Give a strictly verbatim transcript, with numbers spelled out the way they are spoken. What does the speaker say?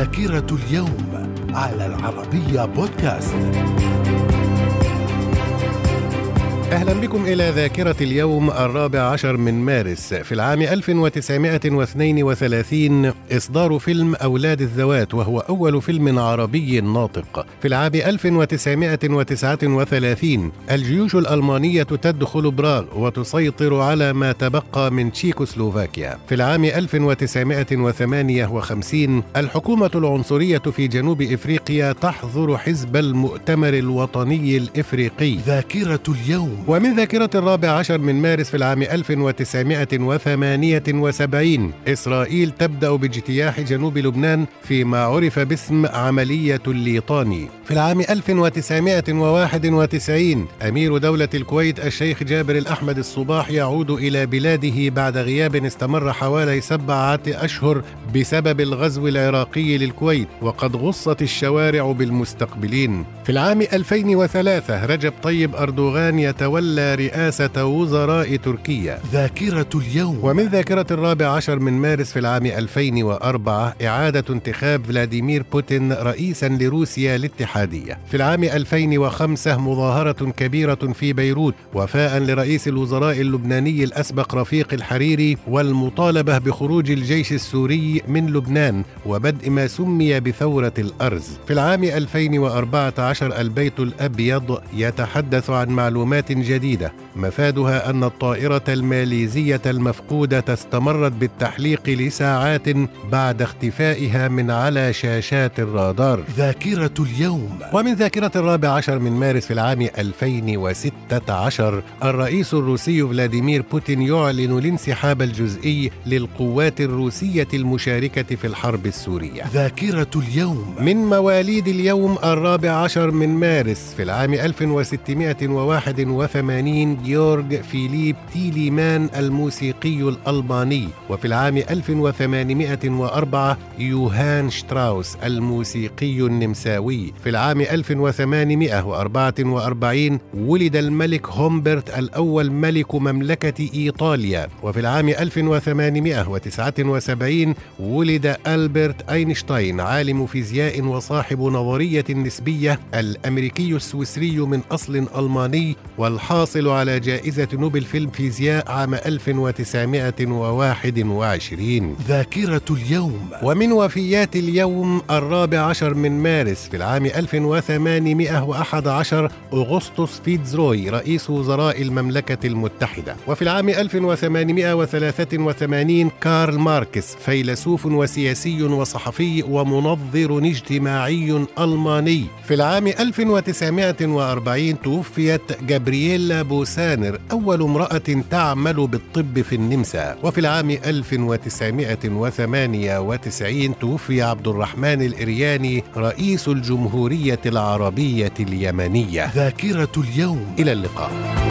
ذاكرة اليوم على العربية بودكاست. أهلا بكم إلى ذاكرة اليوم الرابع عشر من مارس. في العام ألف وتسعمائة واثنين وثلاثين إصدار فيلم أولاد الذوات، وهو أول فيلم عربي ناطق. في العام ألف وتسعمائة وتسعة وثلاثين الجيوش الألمانية تدخل براغ وتسيطر على ما تبقى من تشيكوسلوفاكيا. في العام ألف وتسعمائة وثمانية وخمسين الحكومة العنصرية في جنوب إفريقيا تحظر حزب المؤتمر الوطني الإفريقي. ذاكرة اليوم. ومن ذاكرة الرابع عشر من مارس في العام ألف وتسعمائة وثمانية وسبعين إسرائيل تبدأ باجتياح جنوب لبنان فيما عرف باسم عملية الليطاني. في العام ألف وتسعمائة وواحد وتسعين أمير دولة الكويت الشيخ جابر الأحمد الصباح يعود إلى بلاده بعد غياب استمر حوالي سبعة أشهر بسبب الغزو العراقي للكويت، وقد غصت الشوارع بالمستقبلين. في العام ألفين وثلاثة رجب طيب أردوغان يتولى رئاسة وزراء تركيا. ذاكرة اليوم. ومن ذاكرة الرابع عشر من مارس في العام ألفين وأربعة إعادة انتخاب فلاديمير بوتين رئيسا لروسيا الاتحادية. في العام ألفين وخمسة مظاهرة كبيرة في بيروت وفاء لرئيس الوزراء اللبناني الأسبق رفيق الحريري والمطالبة بخروج الجيش السوري من لبنان وبدء ما سمي بثورة الأرز. في العام ألفين وأربعة عشر البيت الأبيض يتحدث عن معلومات جديدة مفادها أن الطائرة الماليزية المفقودة استمرت بالتحليق لساعات بعد اختفائها من على شاشات الرادار. ذاكرة اليوم. ومن ذاكرة الرابع عشر من مارس في العام ألفين وستة عشر الرئيس الروسي فلاديمير بوتين يعلن الانسحاب الجزئي للقوات الروسية المشاركة في الحرب السورية. ذاكرة اليوم. من مواليد اليوم الرابع عشر من مارس في العام ألف وستمائة وواحد وثمانين جيورغ فيليب تيليمان الموسيقي الألباني. وفي العام ألف وثمانمائة وأربعة يوهان شتراوس الموسيقي النمساوي. في العام ألف وثمانمائة وأربعة وأربعين ولد الملك هومبرت الأول ملك مملكة إيطاليا. وفي العام ألف وثمانمائة وتسعة وسبعين ولد ألبرت أينشتاين عالم فيزياء وصاحب نظرية النسبية الأمريكي السويسري من أصل ألماني والحاصل على جائزة نوبل في الفيزياء عام ألف وتسعمائة وواحد وعشرين. ذاكرة اليوم. ومن وفيات اليوم الرابع عشر من مارس في العام ألف وثمانمائة وأحد عشر أغسطس فيتزروي رئيس وزراء المملكة المتحدة. وفي العام ألف وثمانمائة وثلاثة وثمانين كارل ماركس فيلسوف وسياسي وصحفي ومنظر اجتماعي ألماني. في العام ألف وتسعمائة وأربعين توفيت جابرييلا بوسانر أول امرأة تعمل بالطب في النمسا. وفي العام ألف وتسعمائة وثمانية وتسعين توفي عبد الرحمن الإرياني رئيس الجمهورية العربية اليمنية. ذاكرة اليوم. إلى اللقاء.